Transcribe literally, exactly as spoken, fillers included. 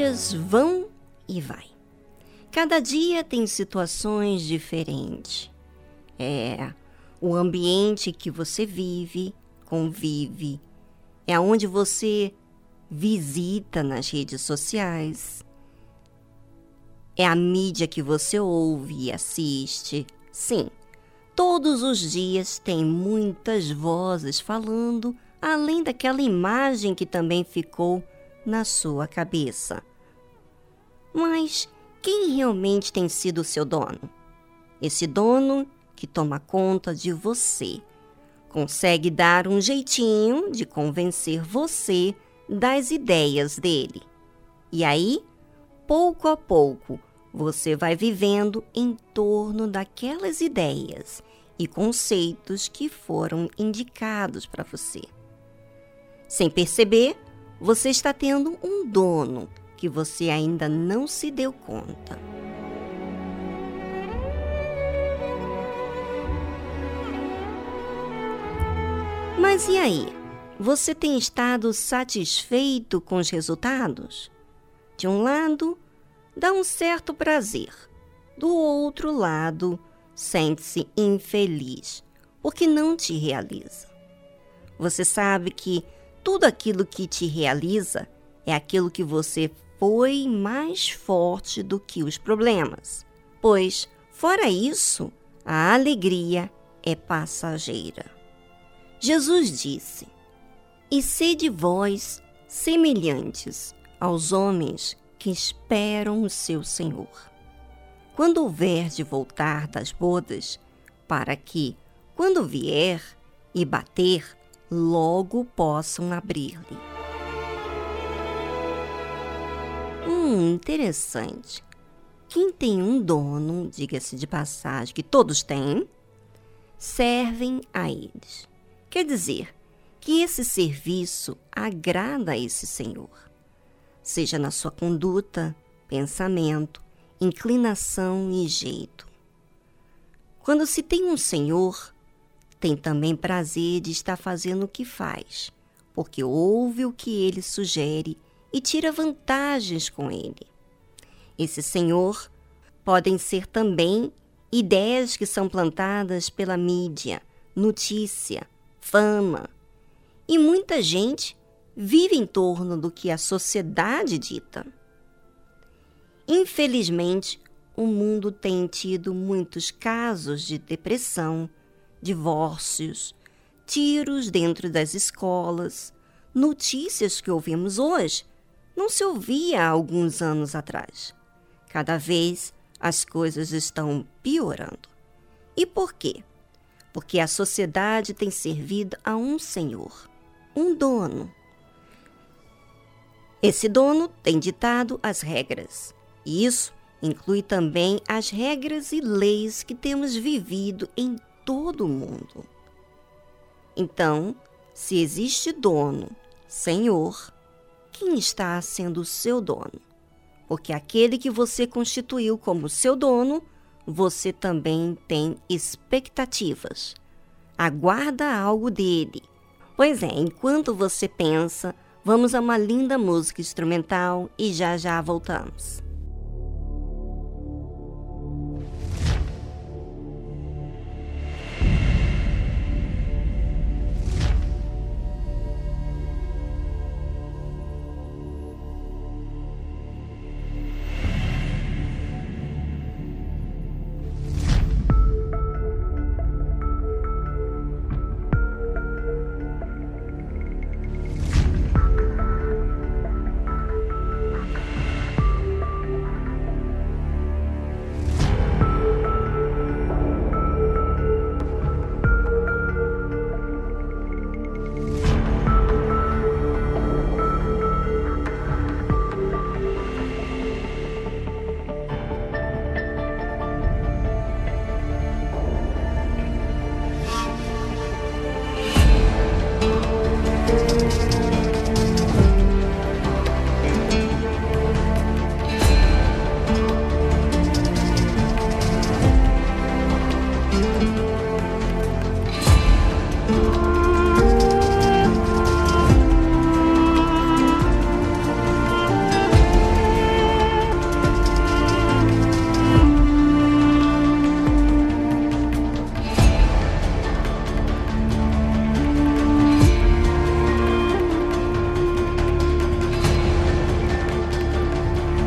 dias vão e vai. Cada dia tem situações diferentes. É o ambiente que você vive, convive, é onde você visita nas redes sociais, é a mídia que você ouve e assiste. Sim, todos os dias tem muitas vozes falando, além daquela imagem que também ficou na sua cabeça. Mas quem realmente tem sido o seu dono? Esse dono que toma conta de você, consegue dar um jeitinho de convencer você das ideias dele. E aí, pouco a pouco, você vai vivendo em torno daquelas ideias e conceitos que foram indicados para você. Sem perceber, você está tendo um dono que você ainda não se deu conta. Mas e aí? Você tem estado satisfeito com os resultados? De um lado, dá um certo prazer. Do outro lado, sente-se infeliz, porque não te realiza. Você sabe que tudo aquilo que te realiza é aquilo que você foi mais forte do que os problemas. Pois, fora isso, a alegria é passageira. Jesus disse: "E sede vós semelhantes aos homens que esperam o seu Senhor, quando houver de voltar das bodas, para que, quando vier e bater, logo possam abrir-lhe." Hum, interessante. Quem tem um dono, diga-se de passagem, que todos têm, servem a eles. Quer dizer que esse serviço agrada a esse Senhor, seja na sua conduta, pensamento, inclinação e jeito. Quando se tem um Senhor, tem também prazer de estar fazendo o que faz, porque ouve o que ele sugere e tira vantagens com ele. Esse Senhor podem ser também ideias que são plantadas pela mídia, notícia, fama. E muita gente vive em torno do que a sociedade dita. Infelizmente, o mundo tem tido muitos casos de depressão, divórcios, tiros dentro das escolas, notícias que ouvimos hoje não se ouvia há alguns anos atrás. Cada vez as coisas estão piorando. E por quê? Porque a sociedade tem servido a um senhor, um dono. Esse dono tem ditado as regras, e isso inclui também as regras e leis que temos vivido em todo o mundo. Então, se existe dono, senhor, quem está sendo o seu dono? Porque aquele que você constituiu como seu dono, você também tem expectativas. Aguarda algo dele. Pois é, enquanto você pensa, vamos a uma linda música instrumental e já já voltamos.